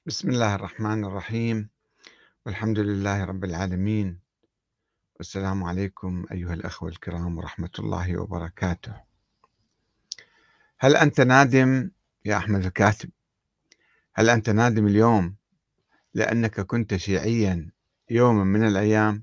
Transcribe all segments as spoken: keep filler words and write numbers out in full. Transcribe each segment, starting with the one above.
بسم الله الرحمن الرحيم، والحمد لله رب العالمين، والسلام عليكم أيها الأخوة الكرام ورحمة الله وبركاته. هل أنت نادم يا أحمد الكاتب؟ هل أنت نادم اليوم لأنك كنت شيعيا يوما من الأيام؟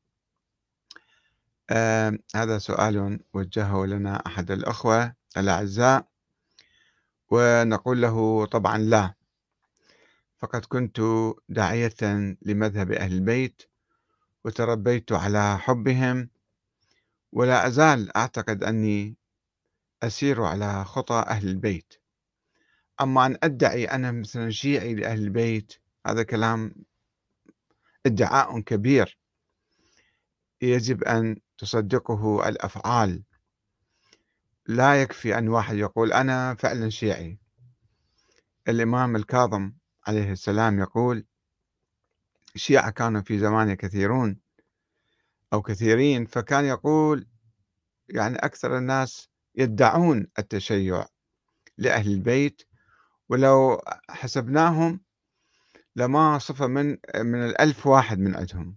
آه هذا سؤال وجهه لنا أحد الأخوة الأعزاء، ونقول له طبعا لا، فقد كنت داعية لمذهب أهل البيت وتربيت على حبهم، ولا أزال أعتقد أني أسير على خطى أهل البيت. أما أن أدعي أنا مثلا شيعي لأهل البيت، هذا كلام ادعاء كبير يجب أن تصدقه الأفعال. لا يكفي أن واحد يقول أنا فعلا شيعي. الإمام الكاظم عليه السلام يقول: الشيعة كانوا في زمانه كثيرون أو كثيرين، فكان يقول يعني أكثر الناس يدعون التشيع لأهل البيت، ولو حسبناهم لما صفى من من الألف واحد من عندهم.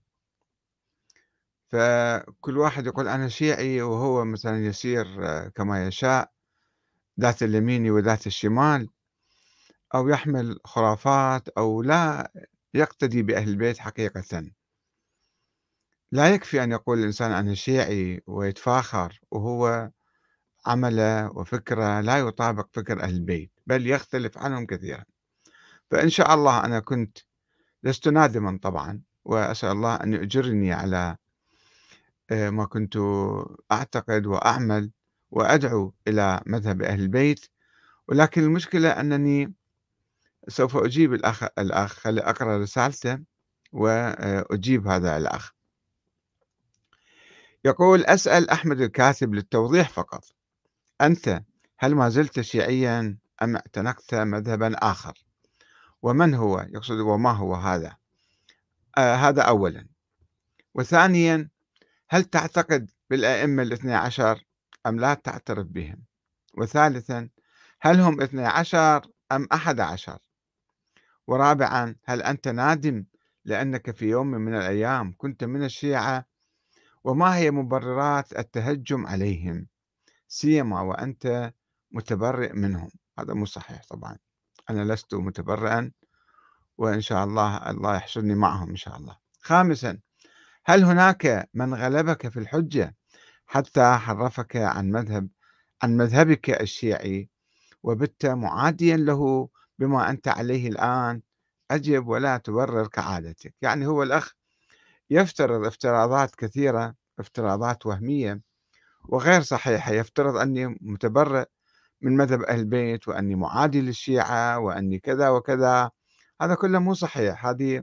فكل واحد يقول أنا شيعي وهو مثلا يسير آه، كما يشاء، ذات اليمين وذات الشمال، أو يحمل خرافات، أو لا يقتدي بأهل البيت حقيقة. لا يكفي أن يقول الإنسان أنا شيعي ويتفاخر وهو عمله وفكره لا يطابق فكر أهل البيت، بل يختلف عنهم كثيرا. فإن شاء الله أنا كنت لست نادما طبعا، وأسأل الله أن يؤجرني على آآ ما كنت أعتقد وأعمل وأدعو إلى مذهب أهل البيت، ولكن المشكلة أنني سوف أجيب الأخ الأخ خلّي أقرأ رسالته وأجيب هذا الأخ. يقول: أسأل أحمد الكاتب للتوضيح فقط، أنت هل ما زلت شيعيًا أم اعتنقت مذهبًا آخر؟ ومن هو؟ يقصد وما هو هذا؟ آآ هذا أولًا. وثانيًا، هل تعتقد بالأئمة الاثني عشر أم لا تعترف بهم؟ وثالثا، هل هم اثني عشر أم أحد عشر؟ ورابعا، هل أنت نادم لأنك في يوم من الأيام كنت من الشيعة؟ وما هي مبررات التهجم عليهم سيما وأنت متبرئ منهم؟ هذا مو صحيح طبعا، أنا لست متبرئا، وإن شاء الله الله يحشرني معهم إن شاء الله. خامسا، هل هناك من غلبك في الحجة حتى حرفك عن مذهب عن مذهبك الشيعي وبت معاديا له بما أنت عليه الآن؟ أجب ولا تبرر كعادتك. يعني هو الأخ يفترض افتراضات كثيرة، افتراضات وهمية وغير صحيحة، يفترض أني متبرئ من مذهب أهل البيت وأني معادي للشيعة وأني كذا وكذا. هذا كله مو صحيح، هذه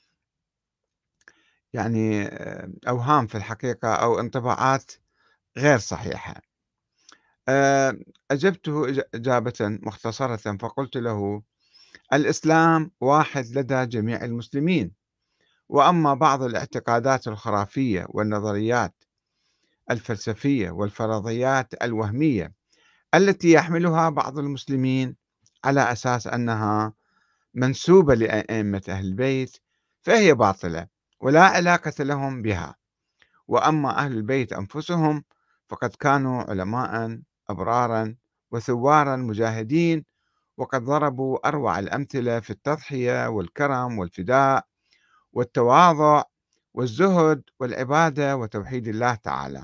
يعني آه، أوهام في الحقيقة أو انطباعات غير صحيحة. آه، أجبته إج- إجابة مختصرة فقلت له: الإسلام واحد لدى جميع المسلمين، وأما بعض الاعتقادات الخرافية والنظريات الفلسفية والفرضيات الوهمية التي يحملها بعض المسلمين على أساس أنها منسوبة لأئمة أهل البيت، فهي باطلة ولا علاقة لهم بها. وأما أهل البيت أنفسهم فقد كانوا علماء أبرارا وثوارا مجاهدين، وقد ضربوا أروع الأمثلة في التضحية والكرم والفداء والتواضع والزهد والعبادة وتوحيد الله تعالى.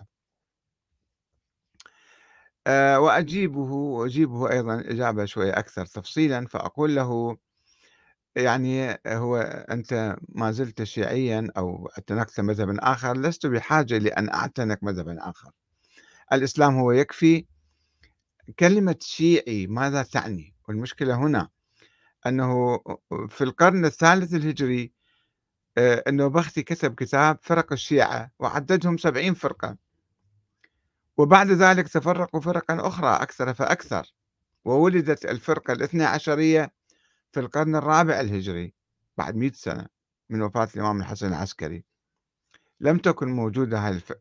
أه وأجيبه وأجيبه أيضا إجابة شوية أكثر تفصيلا، فأقول له: يعني هو أنت ما زلت شيعيا أو اعتنقت مذهبا آخر، لست بحاجة لأن أعتنق مذهبا آخر. الإسلام هو يكفي. كلمة شيعي ماذا تعني؟ والمشكلة هنا أنه في القرن الثالث الهجري آه، النوبختي كتب كتاب فرق الشيعة وعددهم سبعين فرقة، وبعد ذلك تفرقوا فرقا أخرى أكثر فأكثر، وولدت الفرقة الاثنى عشرية في القرن الرابع الهجري بعد مئة سنة من وفاة الإمام الحسن العسكري. لم تكن موجودة هذه الف-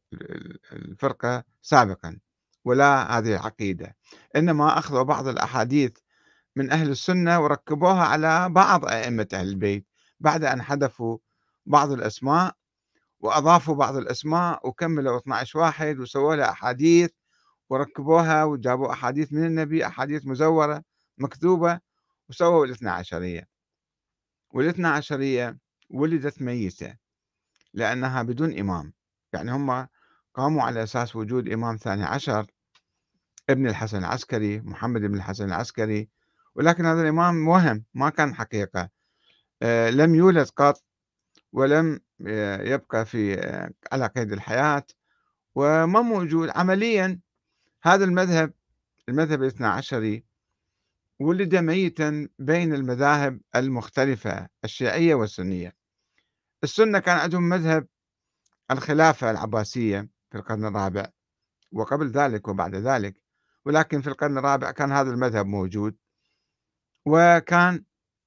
الفرقة سابقا ولا هذه العقيدة، إنما أخذوا بعض الأحاديث من أهل السنة وركبوها على بعض أئمة أهل البيت بعد أن حذفوا بعض الأسماء وأضافوا بعض الأسماء وكملوا اثني عشر واحد وسووا لها أحاديث وركبوها وجابوا أحاديث من النبي، أحاديث مزورة مكذوبة، وسووا الاثنى عشرية. والاثنى عشرية ولدت ميتة لأنها بدون إمام، يعني هم قاموا على أساس وجود إمام ثاني عشر ابن الحسن العسكري، محمد بن الحسن العسكري، ولكن هذا الإمام وهم، ما كان حقيقة. آه، لم يولد قط، ولم آه، يبقى في آه، على قيد الحياة، وما موجود عمليا. هذا المذهب، المذهب الاثنى عشري، ولد ميتا بين المذاهب المختلفة الشيعية والسنية. السنة كان عندهم مذهب الخلافة العباسية في القرن الرابع وقبل ذلك وبعد ذلك، ولكن في القرن الرابع كان هذا المذهب موجود. وكان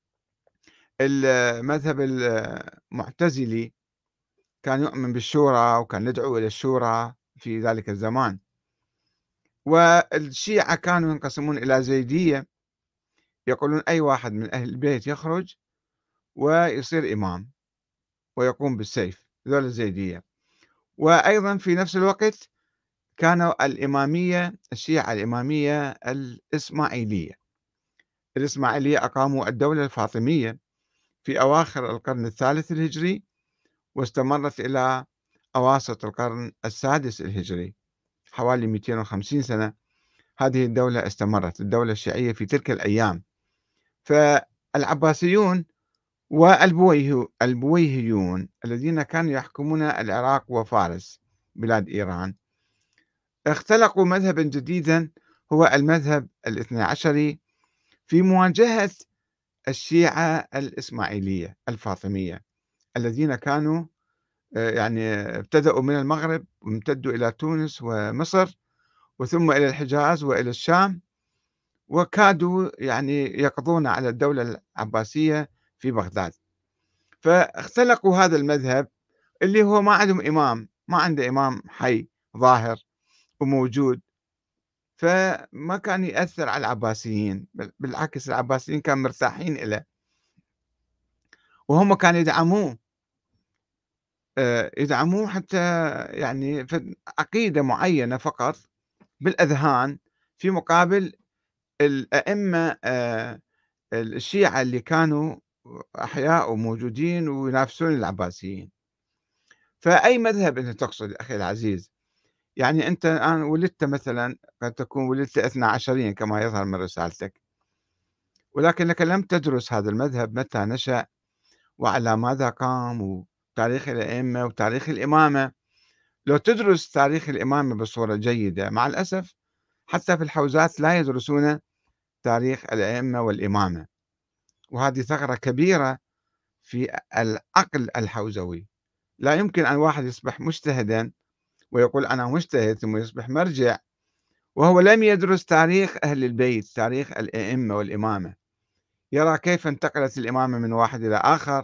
المذهب المعتزلي كان يؤمن بالشورى وكان يدعو إلى الشورى في ذلك الزمان. والشيعة كانوا ينقسمون إلى زيدية، يقولون أي واحد من أهل البيت يخرج ويصير إمام ويقوم بالسيف، ذول الزيدية. وأيضا في نفس الوقت كانوا الإمامية، الشيعة الإمامية الإسماعيلية. الإسماعيلية أقاموا الدولة الفاطمية في أواخر القرن الثالث الهجري، واستمرت إلى أواسط القرن السادس الهجري، حوالي مئتين وخمسين سنة. هذه الدولة استمرت، الدولة الشيعية في تلك الأيام. فالعباسيون والبويهيون الذين كانوا يحكمون العراق وفارس بلاد إيران اختلقوا مذهبا جديدا، هو المذهب الاثني عشري، في مواجهة الشيعة الإسماعيلية الفاطمية الذين كانوا آه، يعني ابتدأوا من المغرب وامتدوا إلى تونس ومصر وثم إلى الحجاز وإلى الشام، وكادوا يعني يقضون على الدولة العباسية في بغداد. فاختلقوا هذا المذهب اللي هو ما عندهم إمام، ما عنده إمام حي ظاهر وموجود، فما كان يأثر على العباسيين، بل بالعكس العباسيين كانوا مرتاحين إليه وهم كانوا يدعموه. آه، يدعموه حتى يعني في عقيدة معينة فقط بالأذهان، في مقابل الأئمة آه، الشيعة اللي كانوا أحياء وموجودين وينافسون العباسيين. فأي مذهب أنت تقصد أخي العزيز؟ يعني أنت الآن ولدت مثلا، قد تكون ولدت اثنا عشريا كما يظهر من رسالتك، ولكنك لم تدرس هذا المذهب متى نشأ وعلى ماذا قام وتاريخ الأئمة وتاريخ الإمامة. لو تدرس تاريخ الإمامة بصورة جيدة، مع الأسف حتى في الحوزات لا يدرسون تاريخ الأئمة والإمامة، وهذه ثغرة كبيرة في العقل الحوزوي. لا يمكن أن واحد يصبح مجتهدا ويقول أنا مجتهد ثم يصبح مرجع وهو لم يدرس تاريخ أهل البيت، تاريخ الأئمة والإمامة، يرى كيف انتقلت الإمامة من واحد إلى آخر،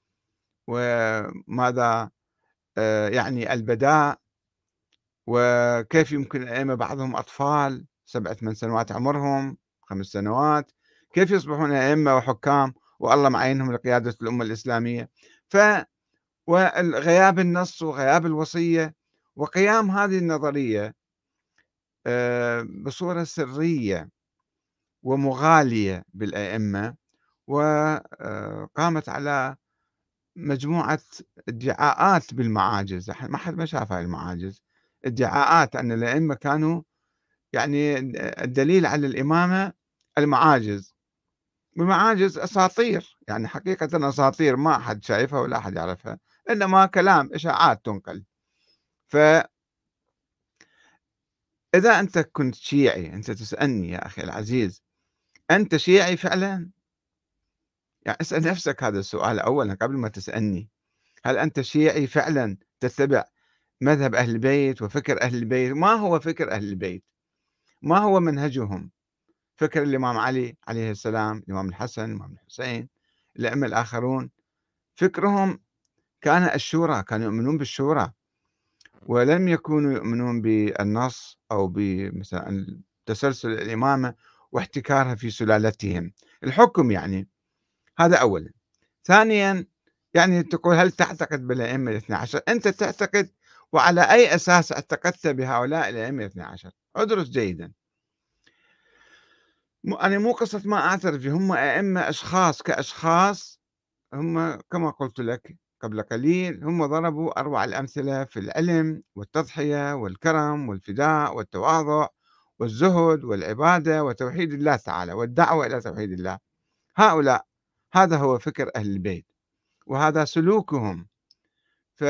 وماذا آه، يعني البداء، وكيف يمكن الأئمة بعضهم أطفال سبعة ثمان سنوات عمرهم، خمس سنوات، كيف يصبحون أئمة وحكام والله معينهم لقيادة الأمة الإسلامية. ف وغياب النص وغياب الوصية وقيام هذه النظرية آه، بصورة سرية ومغالية بالأئمة، وقامت على مجموعة ادعاءات بالمعاجز. ما حد ما شاف هاي المعاجز، ادعاءات أن الأئمة كانوا يعني الدليل على الإمامة المعاجز، والمعاجز أساطير، يعني حقيقة أساطير ما أحد شايفها ولا أحد يعرفها، إنما كلام إشاعات تنقل. فإذا أنت كنت شيعي، أنت تسألني يا أخي العزيز، أنت شيعي فعلا؟ يعني اسأل نفسك هذا السؤال أولا قبل ما تسألني. هل أنت شيعي فعلا تتبع مذهب أهل البيت وفكر أهل البيت؟ ما هو فكر أهل البيت؟ ما هو منهجهم؟ فكر الإمام علي عليه السلام، الإمام الحسن، الإمام الحسين، الأئمة الآخرون، فكرهم كان الشورى، كانوا يؤمنون بالشورى، ولم يكونوا يؤمنون بالنص أو بمثلا تسلسل الإمامة واحتكارها في سلالتهم، الحكم يعني. هذا أولًا. ثانيًا، يعني تقول هل تعتقد بالأئمة الاثني عشر؟ أنت تعتقد، وعلى أي أساس اعتقدت بهؤلاء الأئمة الاثني عشر؟ ادرس جيدًا. م أنا مو قصة ما أعترف فيهم، هم أئمة أشخاص كأشخاص، هم كما قلت لك قبل قليل، هم ضربوا أروع الأمثلة في العلم والتضحية والكرم والفداء والتواضع والزهد والعبادة وتوحيد الله تعالى والدعوة إلى توحيد الله. هؤلاء، هذا هو فكر أهل البيت وهذا سلوكهم. ف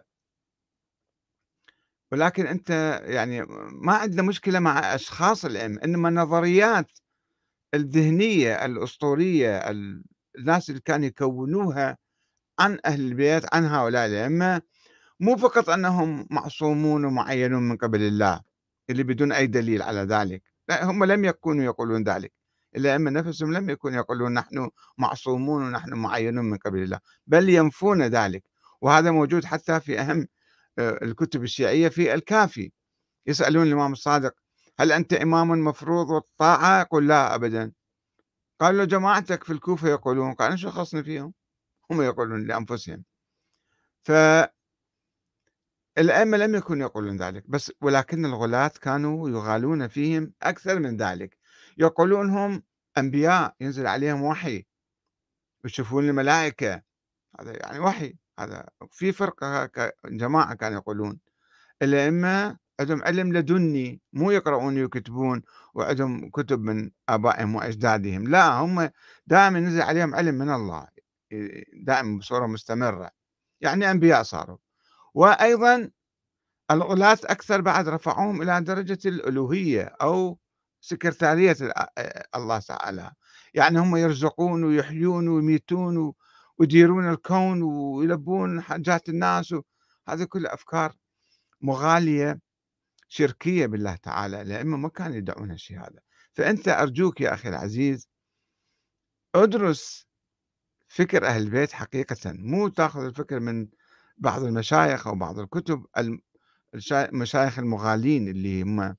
ولكن أنت يعني ما عندنا مشكلة مع أشخاص الأئمة، إنما النظريات الذهنية الأسطورية، ال الناس اللي كانوا يكوّنوها عن أهل البيت، عن هؤلاء الأئمة، مو فقط أنهم معصومون ومعيّنون من قبل الله، اللي بدون أي دليل على ذلك، لأ هم لم يكونوا يقولون ذلك، الأئمة نفسهم لم يكونوا يقولون نحن معصومون ونحن معيّنون من قبل الله، بل ينفون ذلك، وهذا موجود حتى في أهم آآ الكتب الشيعية في الكافي، يسألون الإمام الصادق: "هل أنت إمام مفروض الطاعة؟" يقول: "لا أبدًا." قالوا له: "جماعتك في الكوفة يقولون." قال: "أنا شو خصني فيهم؟ هم يقولون لأنفسهم." فالأئمة لم يكونوا يقولون ذلك، بس ولكن الغلاة كانوا يغالون فيهم أكثر من ذلك، يقولون هم أنبياء ينزل عليهم وحي، يشوفون الملائكة، هذا يعني وحي، هذا في فرقة ك جماعة كانوا يقولون. الأئمة عندهم علم لدني، مو يقرؤون ويكتبون وعندهم كتب من آبائهم وأجدادهم، لا هم دائما ينزل عليهم علم من الله، دائما بصورة مستمرة، يعني أنبياء صاروا. وأيضا الغلاة أكثر بعد رفعوهم إلى درجة الألوهية أو سكرتارية الأ- الله تعالى، يعني هم يرزقون ويحيون ويميتون و- ويديرون الكون ويلبون حاجات الناس و- هذه كلها أفكار مغالية شركية بالله تعالى، الأئمة ما كانوا يدعون هالشيء هذا. فأنت أرجوك يا أخي العزيز ادرس فكر أهل البيت حقيقة، مو تاخذ الفكر من بعض المشايخ أو بعض الكتب، الم الشا المشايخ المغالين اللي هم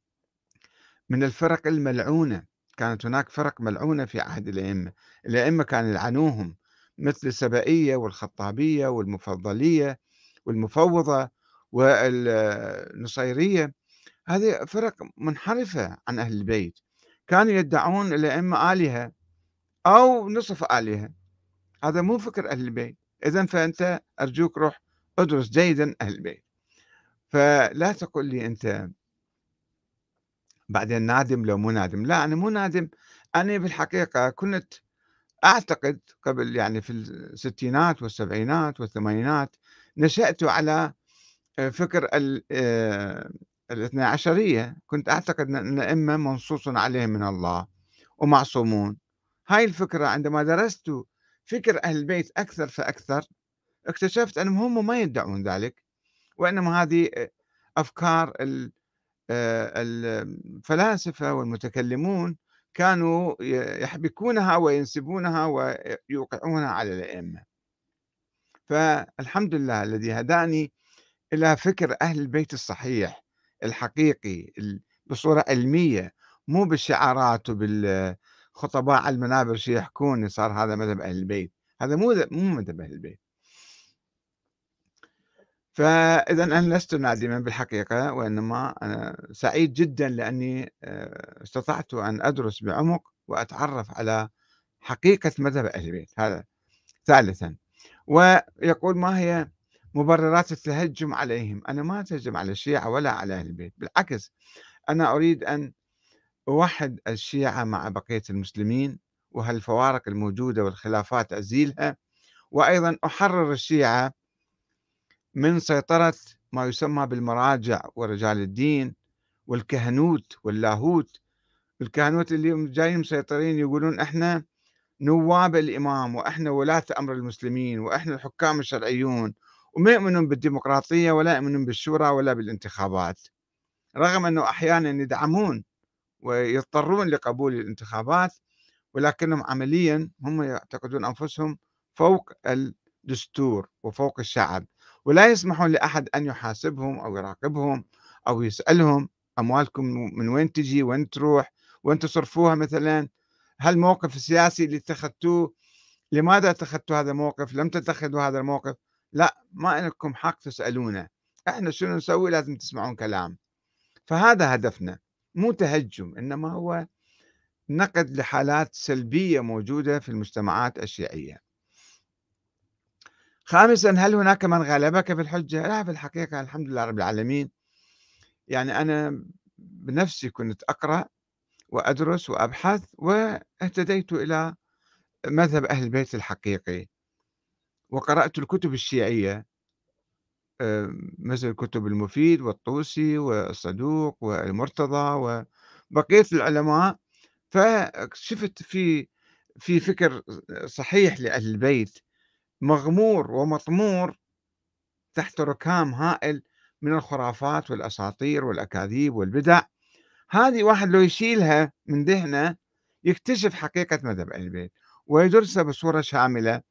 من الفرق الملعونة، كانت هناك فرق ملعونة في عهد الأئمة، الأئمة كانوا يلعنوهم مثل السبائية والخطابية والمفضلية والمفوضة والنصيرية، هذه فرق منحرفة عن أهل البيت، كانوا يدعون الأئمة آلهة أو نصف آلهة، هذا مو فكر أهل البيت. إذن فأنت أرجوك روح ادرس جيدا أهل البيت، فلا تقل لي أنت بعدين نادم لو مو نادم، لا أنا مو نادم، أنا بالحقيقة كنت أعتقد قبل يعني في الستينات والسبعينات والثمانينات نشأت على آآ فكر ال آآ الاثني عشرية، كنت أعتقد أن الأئمة منصوص عليهم من الله ومعصومون. هاي الفكرة عندما درست فكر أهل البيت أكثر فأكثر، اكتشفت أنهم هم ما يدعون ذلك، وإنما هذه أ أفكار ال آآ الفلاسفة والمتكلمون كانوا ي يحبكونها وينسبونها ويوقعونها على الأئمة. فالحمد لله الذي هداني إلى فكر أهل البيت الصحيح الحقيقي ال بصورة علمية، مو بالشعارات وبالخطباء على المنابر شي يحكون صار هذا مذهب أهل البيت، هذا مو ذ مو مذهب أهل البيت. فإذًا أنا لست نادمًا بالحقيقة، وإنما أنا سعيد جدًا لأني آآ استطعت أن أدرس بعمق وأتعرف على حقيقة مذهب أهل البيت، هذا ثالثًا. ويقول: ما هي مبررات التهجم عليهم؟ أنا ما أتهجم على الشيعة ولا على أهل البيت، بالعكس أنا أريد أن أوحد الشيعة مع بقية المسلمين، وهالفوارق الموجودة والخلافات أزيلها، وأيضا أحرر الشيعة من سيطرة ما يسمى بالمراجع ورجال الدين والكهنوت واللاهوت. الكهنوت اللي هم جايين مسيطرين يقولون احنا نواب الإمام وإحنا ولاة أمر المسلمين وإحنا الحكام الشرعيون، وما يؤمنون بالديمقراطية ولا يؤمنون بالشورى ولا بالانتخابات، رغم أنه أحيانا يدعمون ويضطرون لقبول الانتخابات، ولكنهم عمليا هم يعتقدون أنفسهم فوق الدستور وفوق الشعب، ولا يسمحون لأحد أن يحاسبهم أو يراقبهم أو يسألهم أموالكم من وين تجي وين تروح وأنتم صرفوها مثلًا، هالموقف السياسي اللي اتخذتوه، لماذا اتخذتوا هذا الموقف؟ لم تتخذوا هذا الموقف، لأ، ما إلكم حق تسألونا، إحنا شنو نسوي لازم تسمعون كلام. فهذا هدفنا، مو تهجم، إنما هو نقد لحالات سلبية موجودة في المجتمعات الشيعية. خامسًا، هل هناك من غلبك في الحجة؟ لا، في الحقيقة الحمد لله رب العالمين. يعني أنا بنفسي كنت أقرأ وأدرس وأبحث، واهتديت إلى مذهب أهل البيت الحقيقي، وقرأت الكتب الشيعية، آآ، مثل كتب المفيد والطوسي والصدوق والمرتضى وبقية العلماء، فشفت في في فكر صحيح لأهل البيت مغمور ومطمور تحت ركام هائل من الخرافات والأساطير والأكاذيب والبدع. هذه واحد لو يشيلها من ذهنه يكتشف حقيقة مذهب أهل البيت ويدرسها بصورة شاملة،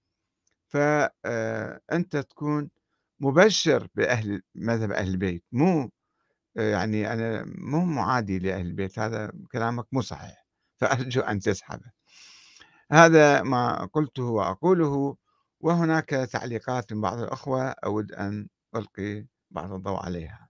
فأنت تكون مبشر بأهل مذهب أهل البيت، مو آه، يعني أنا مو معادي لأهل البيت، هذا كلامك مو صحيح، فأرجو أن تسحبه. هذا ما قلته وأقوله، وهناك تعليقات من بعض الأخوة أود أن ألقي بعض الضوء عليها.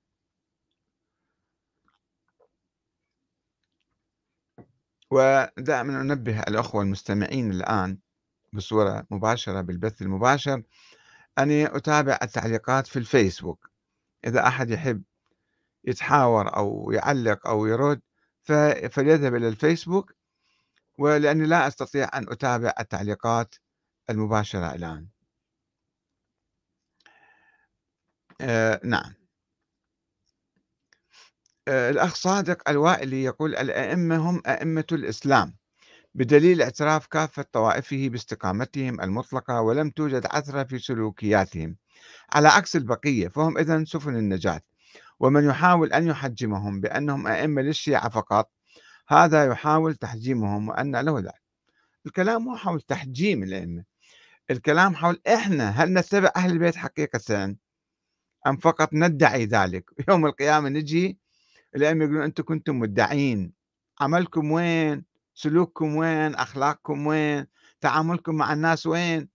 ودائما أنبه الأخوة المستمعين الآن بصورة مباشرة بالبث المباشر أني أتابع التعليقات في الفيسبوك. إذا أحد يحب يتحاور أو يعلق أو يرد ف- فليذهب إلى الفيسبوك، ولأني لا أستطيع أن أتابع التعليقات المباشرة الآن. آه نعم. آه الأخ صادق الوائلي يقول: الأئمة هم أئمة الإسلام بدليل اعتراف كافة طوائفه باستقامتهم المطلقة، ولم توجد عثرة في سلوكياتهم على عكس البقية، فهم إذن سفن النجاة. ومن يحاول أن يحجمهم بأنهم أئمة للشيعة فقط، هذا يحاول تحجيمهم وأن له ذلك. الكلام مو حول تحجيم الأئمة، الكلام حول إحنا هل نتبع أهل البيت حقيقة أم فقط ندعي ذلك. يوم القيامة نجي الأئمة يقولون أنتم كنتم مدعين، عملكم وين؟ سلوككم وين؟ أخلاقكم وين؟ تعاملكم مع الناس وين؟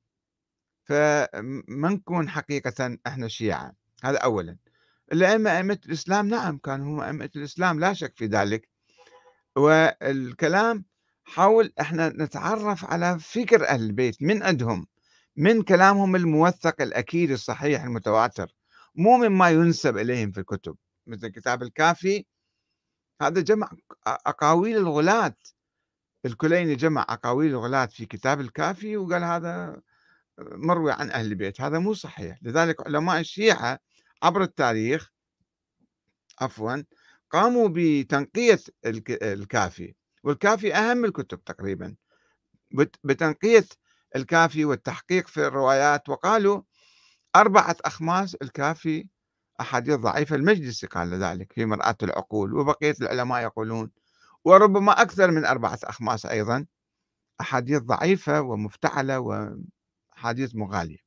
فما نكون حقيقة إحنا شيعة. هذا أولا. الأئمة أئمة الإسلام، نعم كانوا هم أئمة الإسلام لا شك في ذلك، والكلام حول إحنا نتعرف على فكر أهل البيت من عندهم، من كلامهم الموثق الأكيد الصحيح المتواتر، مو مما ينسب إليهم في الكتب. مثل كتاب الكافي، هذا جمع أقاويل الغلاة. الكليني جمع أقاويل الغلاة في كتاب الكافي وقال هذا مروي عن أهل البيت، هذا مو صحيح. لذلك علماء الشيعة عبر التاريخ عفوا قاموا بتنقية الك- الكافي، والكافي أهم الكتب تقريبا، بت- بتنقية الكافي والتحقيق في الروايات، وقالوا أربعة أخماس الكافي أحاديث ضعيفة. المجلسي قال ذلك في مرآة العقول، وبقية العلماء يقولون، وربما أكثر من أربعة أخماس أيضا أحاديث ضعيفة ومفتعلة وأحاديث مغالية.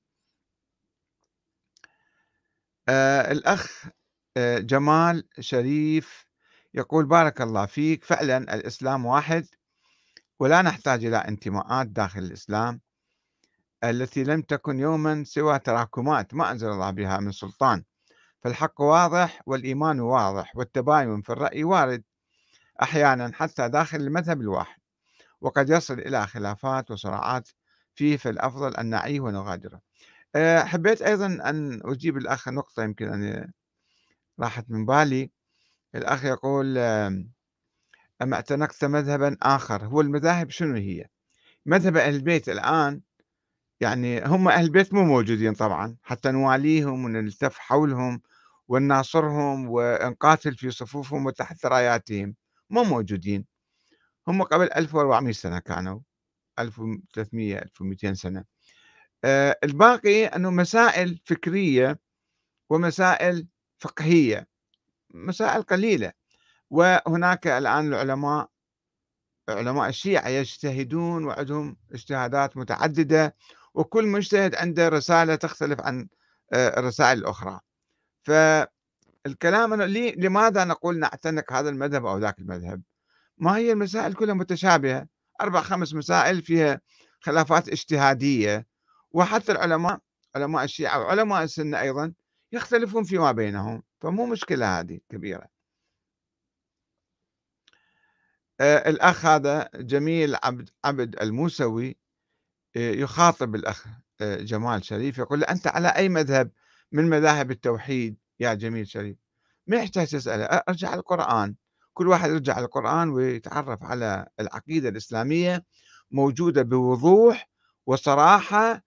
آه الأخ آه جمال شريف يقول: بارك الله فيك، فعلا الإسلام واحد ولا نحتاج إلى انتماءات داخل الإسلام التي لم تكن يوما سوى تراكمات ما أنزل الله بها من سلطان، فالحق واضح والإيمان واضح والتباين في الرأي وارد أحيانا حتى داخل المذهب الواحد، وقد يصل إلى خلافات وصراعات فيه، فالأفضل أن نعيه ونغادره. آه، حبيت أيضا أن أجيب الأخ نقطة يمكن أن راحت من بالي. الأخ يقول: آم، أما اعتنقت مذهبا آخر، هو المذاهب شنو هي؟ مذهب أهل البيت الآن، يعني هم أهل البيت مو موجودين طبعا حتى نواليهم ونلتف حولهم ونناصرهم ونقاتل في صفوفهم وتحت راياتهم، مو موجودين. هم قبل ألف وأربعمئة سنة كانوا، ألف وثلاثمئة ألف ومئتين سنة. آه، الباقي أنه مسائل فكرية ومسائل فقهية، مسائل قليلة. وهناك الآن العلماء، علماء الشيعة يجتهدون وعندهم اجتهادات متعددة، وكل مجتهد عنده رسالة تختلف عن آه، الرسائل الأخرى. الكلام أنه لي لماذا نقول نعتنق هذا المذهب أو ذاك المذهب؟ ما هي المسائل كلها متشابهة، أربع خمس مسائل فيها خلافات اجتهادية، وحتى العلماء علماء الشيعة وعلماء السنة أيضا يختلفون فيما بينهم، فمو مشكلة هذه كبيرة. آه، الأخ هذا جميل عبد عبد الموسوي آه، يخاطب الأخ آه، جمال شريف، يقول له: أنت على أي مذهب من مذاهب التوحيد يا جميل شريف؟ ما يحتاج تسأله، ارجع القرآن، كل واحد يرجع القرآن ويتعرف على العقيدة الإسلامية، موجودة بوضوح وصراحة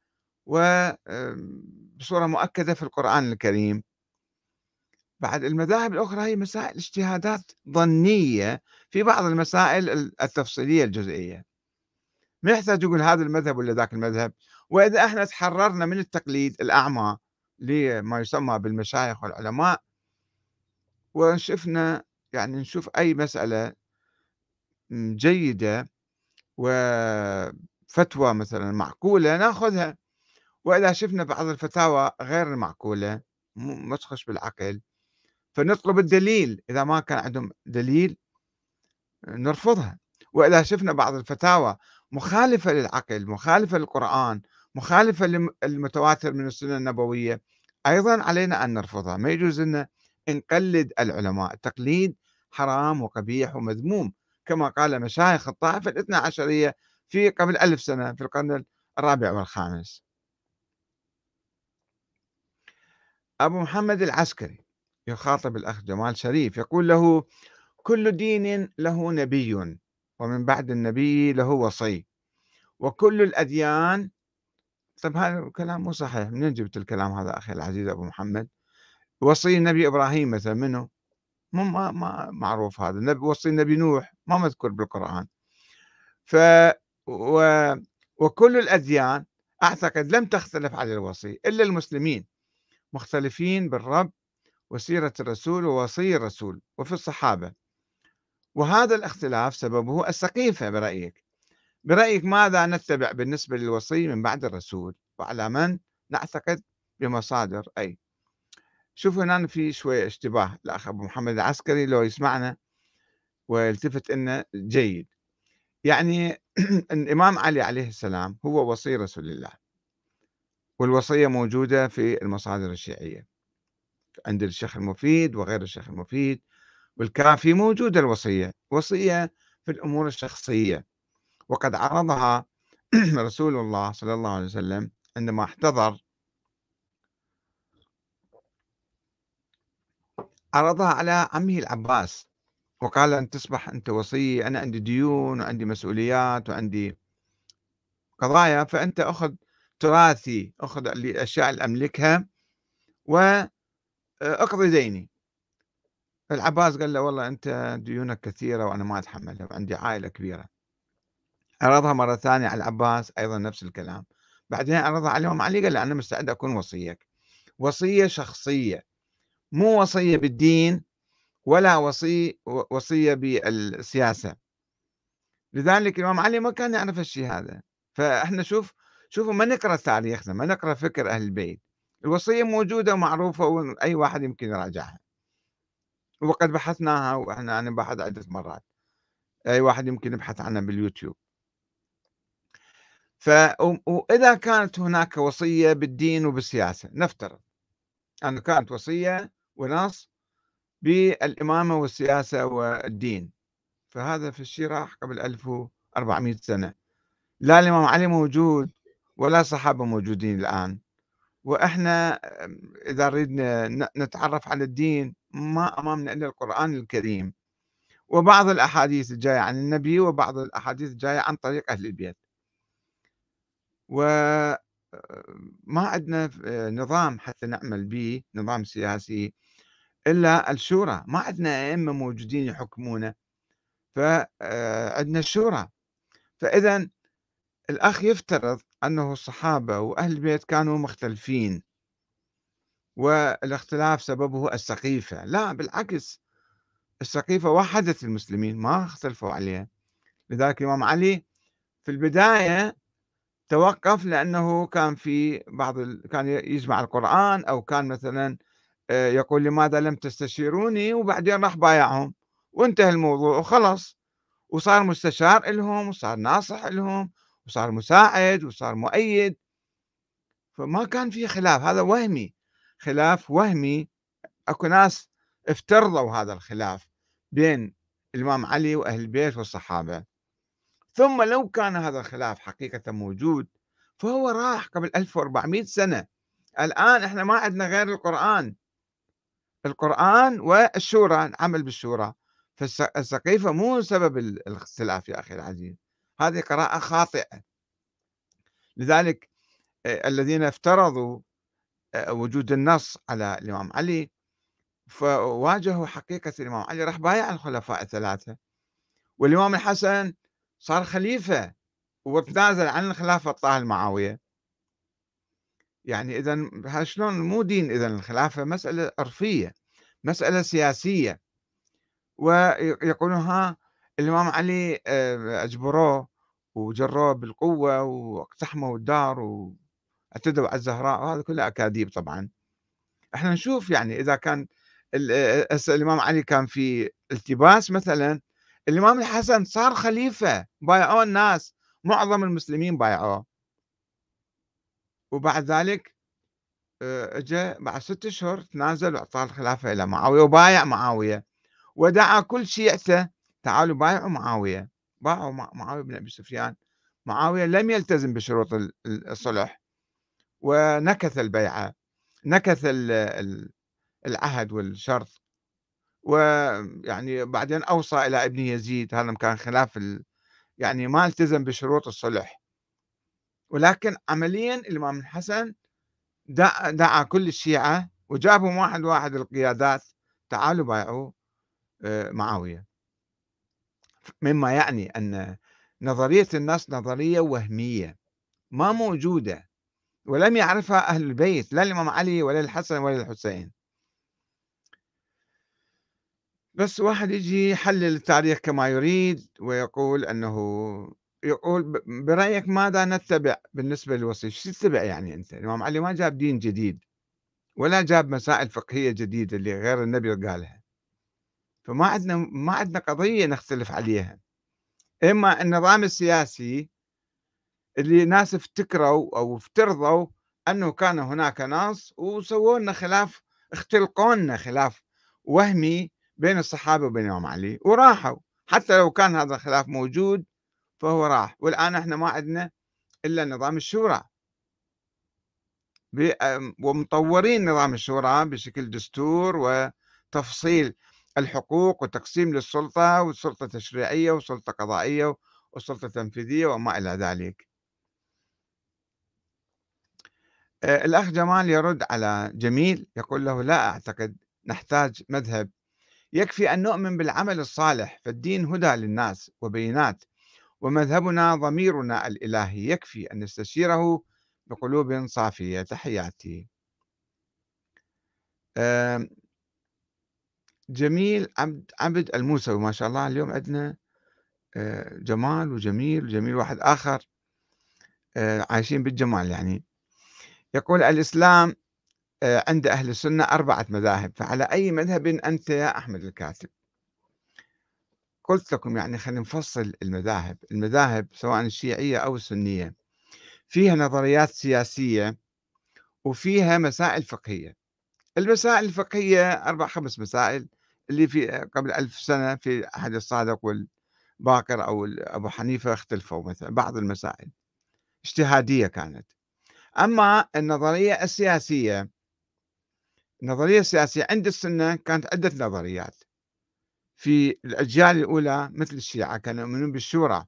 وبصورة مؤكدة في القرآن الكريم. بعد المذاهب الأخرى هي مسائل اجتهادات ظنية في بعض المسائل التفصيلية الجزئية، ما يحتاج يقول هذا المذهب ولا ذاك المذهب. وإذا احنا تحررنا من التقليد الأعمى لما يسمى بالمشايخ والعلماء وشفنا يعني نشوف أي مسألة م، جيدة وفتوى مثلا معقولة ناخذها، وإذا شفنا بعض الفتاوى غير المعقولة م- ما تخش بالعقل فنطلب الدليل، إذا ما كان عندهم دليل نرفضها. وإذا شفنا بعض الفتاوى مخالفة للعقل، مخالفة للقرآن، مخالفة للمتواتر من السنة النبوية، أيضا علينا أن نرفضها. ما يجوز لنا نقلد العلماء، التقليد حرام وقبيح ومذموم، كما قال مشايخ الطائفة الاثنى عشرية في قبل ألف سنة في القرن الرابع والخامس. أبو محمد العسكري يخاطب الأخ جمال شريف، يقول له: كل دين له نبي، ومن بعد النبي له وصي، وكل الأديان. طب هذا الكلام مو صحيح، منين جبت الكلام هذا أخي العزيز أبو محمد؟ وصي النبي إبراهيم مثلا منه؟ مو ما, ما معروف هذا. نبي وصي النبي نوح ما مذكور بالقرآن. ف و... وكل الأديان أعتقد لم تختلف على الوصي إلا المسلمين، مختلفين بالرب وسيرة الرسول ووصي الرسول وفي الصحابة، وهذا الاختلاف سببه السقيفة. برأيك برأيك ماذا نتبع بالنسبة للوصي من بعد الرسول، وعلى من نعتقد بمصادر أي؟ شوفوا هنا في شوية اشتباه. الأخ أبو محمد العسكري لو يسمعنا ويلتفت لنا جيد. يعني الإمام علي عليه السلام هو وصي رسول الله، والوصية موجودة في المصادر الشيعية عند الشيخ المفيد وغير الشيخ المفيد والكافي، موجودة الوصية، وصية في الأمور الشخصية. وقد عرضها رسول الله صلى الله عليه وسلم عندما احتضر، عرضها على عمه العباس وقال: أن تصبح أنت وصي، أنا عندي ديون وعندي مسؤوليات وعندي قضايا، فأنت أخذ تراثي، أخذ الأشياء اللي أملكها وأقضي ديني. فالعباس قال له: والله أنت ديونك كثيرة وأنا ما أتحملها وعندي عائلة كبيرة. عرضها مرة ثانية على العباس أيضا نفس الكلام. بعدين عرضها على الإمام علي، قال له: أنا مستعد أكون وصيك، وصية شخصية، مو وصية بالدين ولا وصي وصية بالسياسة. لذلك الإمام علي ما كان يعرف الشيء هذا. فإحنا شوف شوفوا ما نقرأ تاريخنا، ما نقرأ فكر أهل البيت. الوصية موجودة ومعروفة وأي واحد يمكن يراجعها، وقد بحثناها، وإحنا أنا بحث عدة مرات، أي واحد يمكن يبحث عنها باليوتيوب. ف وإذا كانت هناك وصية بالدين وبالسياسة، نفترض أن كانت وصية ونص بالإمامة والسياسة والدين، فهذا في الشيء راح قبل ألف وأربعمئة سنة، لا الإمام علي موجود ولا صحابة موجودين الآن. وإحنا إذا نريد نتعرف على الدين ما أمامنا إلا القرآن الكريم وبعض الأحاديث الجاية عن النبي وبعض الأحاديث الجاية عن طريق أهل البيت. وما عندنا نظام حتى نعمل به، نظام سياسي، إلا الشورى. ما عندنا أئمة موجودين يحكمونا، فعندنا الشورى. فإذا الأخ يفترض أنه الصحابة وأهل البيت كانوا مختلفين والاختلاف سببه السقيفة. لا بالعكس، السقيفة وحدت المسلمين ما اختلفوا عليها. لذلك الإمام علي في البداية توقف، لأنه كان في بعض ال... كان يجمع القرآن، أو كان مثلا آآ يقول لماذا لم تستشيروني، وبعدين راح بايعهم وانتهى الموضوع وخلص، وصار مستشار إلهم وصار ناصح إلهم وصار مساعد وصار مؤيد، فما كان في خلاف، هذا وهمي، خلاف وهمي. أكو ناس افترضوا هذا الخلاف بين الإمام علي وأهل البيت والصحابة، ثم لو كان هذا الخلاف حقيقةً موجود فهو راح قبل ألف وأربعمئة سنة. الآن إحنا ما عندنا غير القرآن، القرآن والشورى، العمل بالشورى، فالس السقيفة مو سبب ال الاختلاف يا أخي العزيز، هذه قراءة خاطئة. لذلك آآ الذين افترضوا آآ وجود النص على الإمام علي، فواجهوا حقيقة الإمام علي، راح بايع الخلفاء الثلاثة، والإمام الحسن صار خليفة وتنازل عن الخلافة طاها لمعاوية. يعني إذًا ها شلون مو دين إذًا الخلافة مسألة عرفية، مسألة سياسية. وي يقولون ها الإمام علي آآ أجبروه وجروه بالقوة واقتحموا الدار واعتدوا على الزهراء، وهذا كله أكاذيب طبعًا. إحنا نشوف يعني إذا كان ال آآ هسه الإمام علي كان في التباس مثلًا، الإمام الحسن صار خليفة، بايعوه الناس، معظم المسلمين بايعوه، وبعد ذلك آآ إجا بعد ستة أشهر تنازل وأعطى الخلافة إلى معاوية وبايع معاوية، ودعا كل شيعته تعالوا بايعوا معاوية، بايعوا مع معاوية بن أبي سفيان. معاوية لم يلتزم بشروط ال ال الصلح ونكث البيعة، نكث ال ال العهد والشرط، ويعني بعدين أوصى إلى ابنه يزيد، هذا كان خلاف ال يعني ما التزم بشروط الصلح. ولكن عمليًا الإمام الحسن دعا دعا كل الشيعة وجابهم واحد واحد القيادات، تعالوا بايعوا آآ معاوية. مما يعني أن نظرية النص نظرية وهمية ما موجودة، ولم يعرفها أهل البيت، لا الإمام علي ولا الحسن ولا الحسين. بس واحد يجي يحلل التاريخ كما يريد ويقول أنه يقول ب برأيك ماذا نتبع بالنسبة للوصية؟ شو تتبع يعني أنت؟ الإمام علي ما جاب دين جديد ولا جاب مسائل فقهية جديدة اللي غير النبي قالها، فما عندنا ما عندنا قضية نختلف عليها. إما النظام السياسي اللي ناس افتكروا أو افترضوا أنه كان هناك ناس وسووا لنا خلاف، اختلقوا لنا خلاف وهمي بين الصحابة وبين الإمام علي وراحوا، حتى لو كان هذا الخلاف موجود فهو راح. والآن احنا ما عندنا إلا نظام الشورى، ب- أم- ومطورين نظام الشورى بشكل دستور وتفصيل الحقوق وتقسيم للسلطة، والسلطة تشريعية وسلطة قضائية وسلطة تنفيذية وما إلى ذلك. آآ الأخ جمال يرد على جميل يقول له: "لا أعتقد نحتاج مذهب، يكفي أن نؤمن بالعمل الصالح، فالدين هدى للناس وبينات، ومذهبنا ضميرنا الإلهي، يكفي أن نستشيره بقلوب صافية." تحياتي. آمم جميل عبد عبد الموسوي، ما شاء الله اليوم عندنا آآ جمال وجميل وجميل واحد آخر آآ عايشين بالجمال يعني. يقول: "الإسلام آآ عند أهل السنة أربعة مذاهب، فعلى أي مذهب أنت يا أحمد الكاتب؟" قلت لكم يعني خلينا نفصل المذاهب، المذاهب سواء الشيعية أو السنية فيها نظريات سياسية وفيها مسائل فقهية. المسائل الفقهية أربع خمس مسائل اللي في قبل ألف سنة في عهد الصادق والباقر أو ال أبو حنيفة اختلفوا مثلًا بعض المسائل اجتهادية كانت. أما النظرية السياسية، النظرية السياسية عند السنة كانت عدة نظريات. في الأجيال الأولى مثل الشيعة كانوا يؤمنون بالشورى،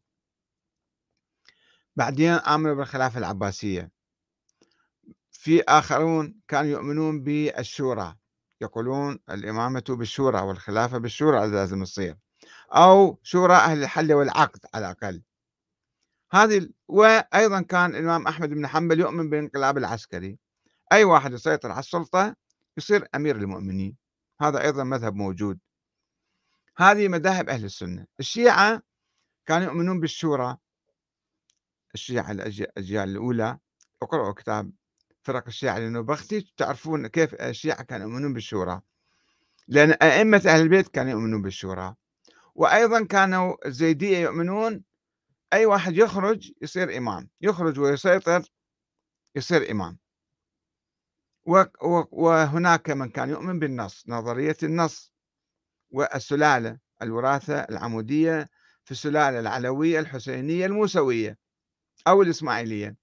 بعدين آمنوا بالخلافة العباسية. في آخرون كانوا يؤمنون بالشورى، يقولون الإمامة بالشورى والخلافة بالشورى لازم تصير، أو شورى أهل الحل والعقد على الأقل. هذه ال وأيضًا كان الإمام أحمد بن حنبل يؤمن بالانقلاب العسكري، أي واحد يسيطر على السلطة يصير أمير المؤمنين، هذا أيضًا مذهب موجود. هذه مذاهب أهل السنة. الشيعة كانوا يؤمنون بالشورى، الشيعة الأج الأجيال الأولى، اقرأوا كتاب فرق الشيعة النوبختي، تعرفون كيف الشيعة كانوا يؤمنون بالشورى، لأن أئمة أهل البيت كانوا يؤمنون بالشورى، وأيضًا كانوا الزيدية يؤمنون أي واحد يخرج يصير إمام، يخرج ويسيطر يصير إمام. و و وهناك من كان يؤمن بالنص، نظرية النص، والسلالة، الوراثة العمودية في السلالة العلوية الحسينية الموسوية أو الإسماعيلية.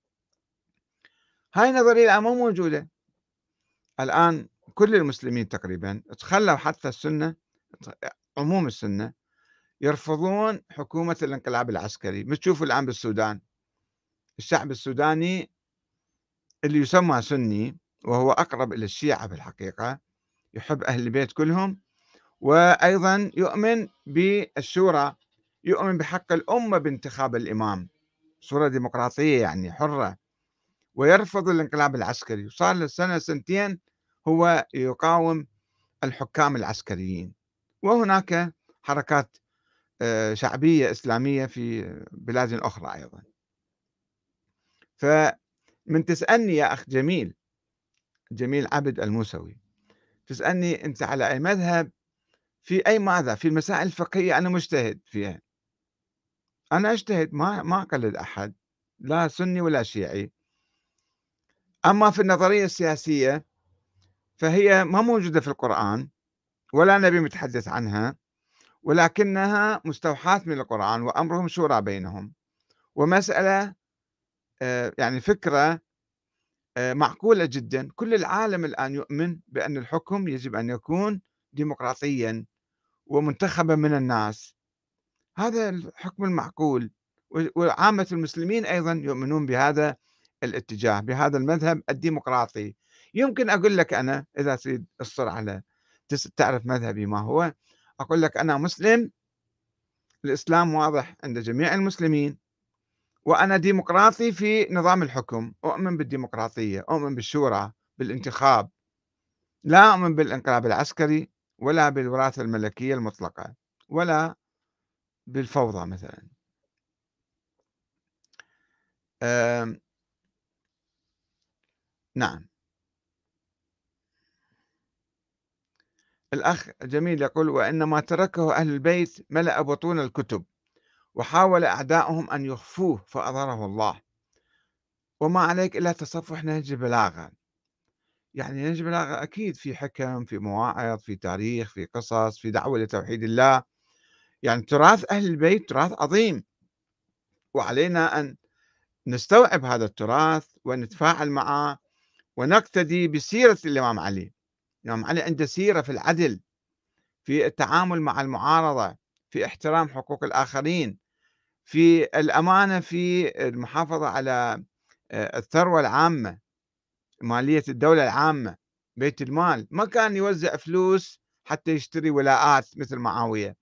هاي النظرية الآن مو موجودة. الآن كل المسلمين تقريبًا تخلّوا، حتى السنة ت عموم السنة يرفضون حكومة الانقلاب العسكري. بتشوفوا الآن بالسودان، الشعب السوداني اللي يسمى سني وهو أقرب إلى الشيعة في الحقيقة، يحب أهل البيت كلهم، وأيضًا يؤمن بالشورى، يؤمن بحق الأمة بانتخاب الإمام، صورة ديمقراطية يعني حرة، ويرفض الانقلاب العسكري، وصار له سنة سنتين هو يقاوم الحكام العسكريين. وهناك حركات آآ شعبية إسلامية في بلاد أخرى أيضًا. فمن تسألني يا أخ جميل، جميل عبد الموسوي، تسألني أنت على أي مذهب في أي ماذا؟ في المسائل الفقهية أنا مجتهد فيها. أنا أجتهد، ما ما أقلد أحد، لا سني ولا شيعي. أما في النظرية السياسية فهي ما موجودة في القرآن، ولا نبي متحدث عنها، ولكنها مستوحاة من القرآن، وأمرهم شورى بينهم، ومسألة آآ يعني فكرة آآ معقولة جدًا. كل العالم الآن يؤمن بأن الحكم يجب أن يكون ديمقراطيًا ومنتخبًا من الناس. هذا الحكم المعقول، و وعامة المسلمين أيضًا يؤمنون بهذا الاتجاه، بهذا المذهب الديمقراطي. يمكن أقول لك أنا إذا تريد تصِر على تس تعرف مذهبي ما هو، أقول لك أنا مسلم، الإسلام واضح عند جميع المسلمين، وأنا ديمقراطي في نظام الحكم، أؤمن بالديمقراطية، أؤمن بالشورى، بالانتخاب، لا أؤمن بالانقلاب العسكري، ولا بالوراثة الملكية المطلقة، ولا بالفوضى مثلًا. آمم نعم. الأخ جميل يقول: "وإنما تركه أهل البيت ملأ بطون الكتب، وحاول أعداؤهم أن يخفوه فأظهره الله، وما عليك إلا تصفح نهج البلاغة." يعني نهج البلاغة أكيد في حكم، في مواعظ، في تاريخ، في قصص، في دعوة لتوحيد الله. يعني تراث أهل البيت تراث عظيم، وعلينا أن نستوعب هذا التراث ونتفاعل معه ونقتدي بسيرة الإمام علي. الإمام علي عنده سيرة في العدل، في التعامل مع المعارضة، في احترام حقوق الآخرين، في الأمانة، في المحافظة على آآ الثروة العامة، مالية الدولة العامة، بيت المال. ما كان يوزع فلوس حتى يشتري ولاءات مثل معاوية،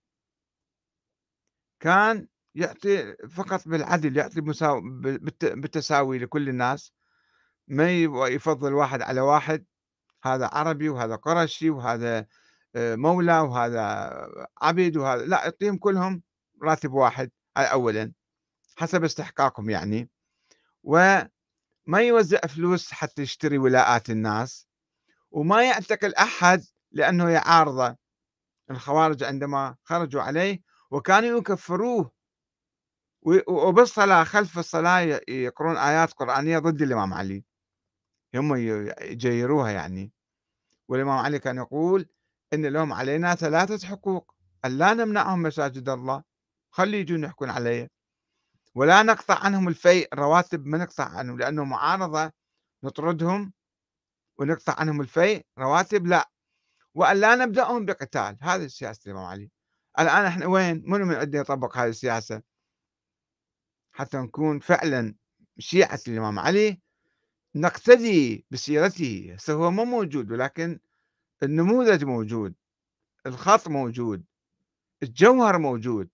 كان يعطي فقط بالعدل، يعطي مساو ب بالت بالتساوي لكل الناس، ما ي يفضّل واحد على واحد، هذا عربي وهذا قرشي وهذا آآ مولى وهذا عبد وهذا لأ، يعطيهم كلهم راتب واحد. هاي أولًا، حسب استحقاقهم يعني. وما يوزّع فلوس حتى يشتري ولاءات الناس، وما يعتقل أحد لأنه يعارضه. الخوارج عندما خرجوا عليه وكانوا يكفّروه، و وبالصلاة خلف الصلاة ي يقرؤون آيات قرآنية ضد الإمام علي، هم ي يجيّروها يعني. والإمام علي كان يقول: "إن لهم علينا ثلاثة حقوق، أن لا نمنعهم مساجد الله، خلّي يجون يحكون عليَّ، ولا نقطع عنهم الفيء، الرواتب ما نقطع عنهم لأنه معارضة نطردهم ونقطع عنهم الفيء، رواتب لأ، وأن لا نبدأهم بقتال." هذه سياسة الإمام علي. الآن إحنا وين؟ منو من عندنا يطبّق هذه السياسة حتى نكون فعلًا شيعة الإمام علي، نقتدي بسيرته. هسه هو مو موجود، ولكن النموذج موجود، الخط موجود، الجوهر موجود.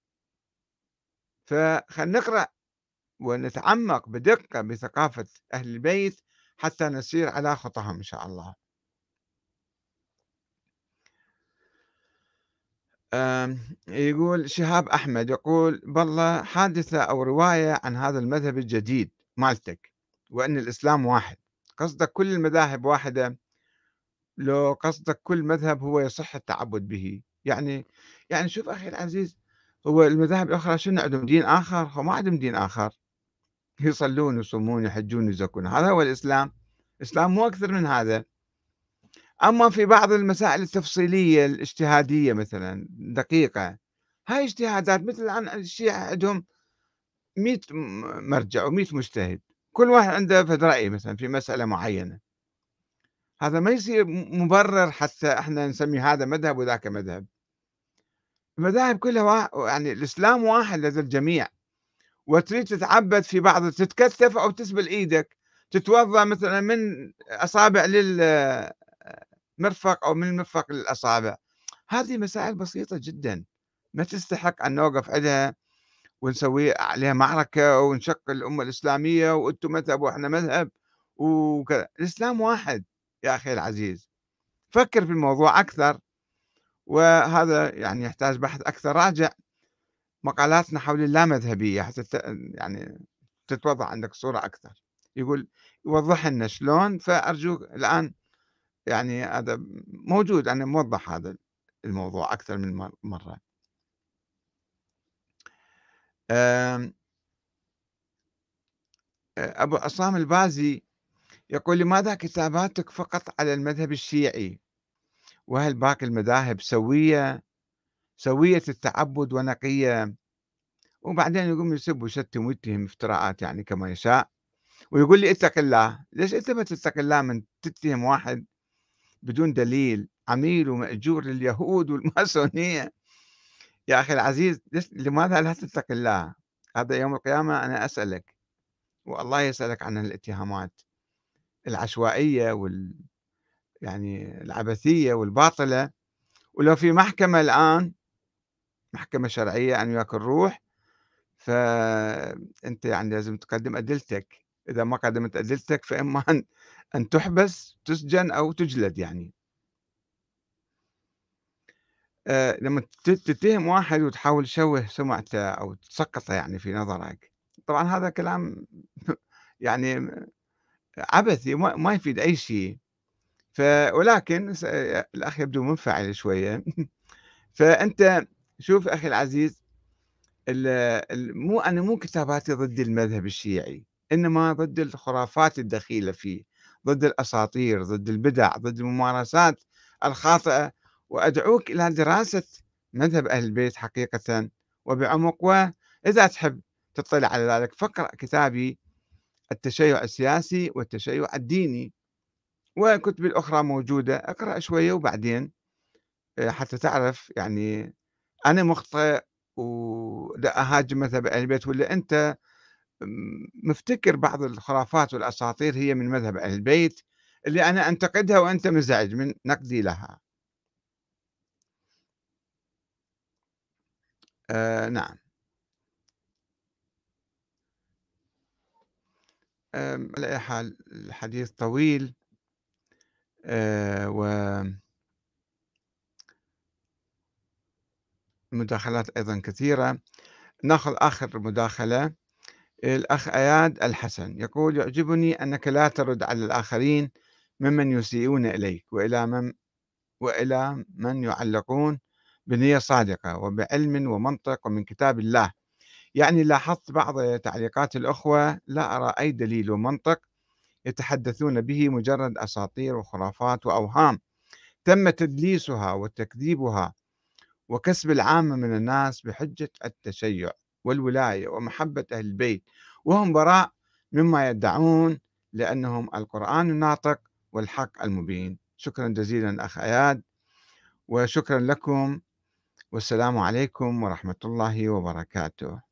فخلينا نقرأ ونتعمق بدقة بثقافة أهل البيت حتى نسير على خطاهم إن شاء الله. آم، يقول شهاب أحمد، يقول: بالله حادثة أو رواية عن هذا المذهب الجديد مالتك، وأن الإسلام واحد، قصدك كل المذاهب واحدة، لو قصدك كل مذهب هو يصح التعبد به؟ يعني يعني شوف أخي العزيز، هو المذاهب الأخرى شنو عندهم دين آخر؟ هم ما عندهم دين آخر، يصلون ويصومون يحجون ويزكون، هذا هو الإسلام. الإسلام مو أكثر من هذا. أما في بعض المسائل التفصيلية الاجتهادية مثلًا دقيقة، هاي اجتهادات، مثل الآن الشيعة عندهم مئة م مرجع و100 مجتهد، كل واحد عنده فد رأي مثلًا في مسألة معينة، هذا ما يصير م مبرر حتى إحنا نسمي هذا مذهب وذاك مذهب. المذاهب كلها وا يعني الإسلام واحد لدى الجميع، وتريد تتعبد في بعض تتكتف أو تسبل إيدك، تتوضأ مثلًا من أصابع للمرفق أو من المرفق للأصابع، هذه مسائل بسيطة جدًا، ما تستحق أن نوقف عندها ونسوي عليها معركة ونشق الأمة الإسلامية وأنتم مذهب وإحنا مذهب وكذا. الإسلام واحد يا أخي العزيز، فكر في الموضوع أكثر، وهذا يعني يحتاج بحث أكثر. راجع مقالاتنا حول اللامذهبية حتى ت يعني تتوضح عندك صورة أكثر. يقول يوضح لنا شلون، فأرجوك الآن يعني هذا موجود، أنا موضح هذا الموضوع أكثر من مر مرة. آمم، أبو عصام البازي يقول: لماذا كتاباتك فقط على المذهب الشيعي؟ وهل باقي المذاهب سوية سوية التعبد ونقية؟ وبعدين يقوم يسب ويشتم ويتهم افتراءات يعني كما يشاء، ويقول لي اتق الله. ليش انت ما تتق الله من تتهم واحد بدون دليل، عميل ومأجور لليهود والماسونية؟ يا أخي العزيز، ليش لماذا لا تتق الله؟ هذا يوم القيامة أنا أسألك، والله يسألك عن الاتهامات العشوائية وال يعني العبثية والباطلة. ولو في محكمة الآن، محكمة شرعية أنا وياك نروح، فأنت يعني لازم تقدم أدلتك، إذا ما قدمت أدلتك فإما أن أن تُحبس، تُسجن، أو تُجلد يعني. آآ لمّا ت تتهم واحد وتحاول تشوه سمعته أو تسقّطه يعني في نظرك، طبعًا هذا كلام يعني عبثي، ما ما يفيد أي شيء. ف ولكن س الأخ يبدو منفعل شوية. فأنت شوف أخي العزيز، ال ال مو أنا مو كتاباتي ضد المذهب الشيعي، إنما ضد الخرافات الدخيلة فيه، ضد الأساطير، ضد البدع، ضد الممارسات الخاطئة، وأدعوك إلى دراسة مذهب أهل البيت حقيقةً وبعمق. وإذا تحب تطلع على ذلك فاقرأ كتابي التشيع السياسي والتشيع الديني، وكتبي الأخرى موجودة، اقرأ شوية وبعدين آآ حتى تعرف يعني أنا مخطئ ولا أهاجم مذهب أهل البيت، والّا أنت م مفتكر بعض الخرافات والأساطير هي من مذهب أهل البيت اللي أنا أنتقدها وأنت منزعج من نقدي لها. آآ نعم. آمم على أي حال الحديث طويل، آآ والمداخلات أيضًا كثيرة. ناخذ آخر مداخلة. الأخ أياد الحسن يقول: يعجبني أنك لا ترد على الآخرين ممن يسيئون إليك، وإلى من وإلى من يعلقون بنية صادقة وبعلم ومنطق ومن كتاب الله. يعني لاحظت بعض تعليقات الأخوة لا أرى أي دليل ومنطق، يتحدثون به مجرد أساطير وخرافات وأوهام تم تدليسها وتكذيبها وكسب العامة من الناس بحجة التشيع والولاية ومحبة أهل البيت، وهم براء مما يدعون، لأنهم القرآن الناطق والحق المبين. شكرا جزيلا أخ أياد، وشكرا لكم، والسلام عليكم ورحمة الله وبركاته.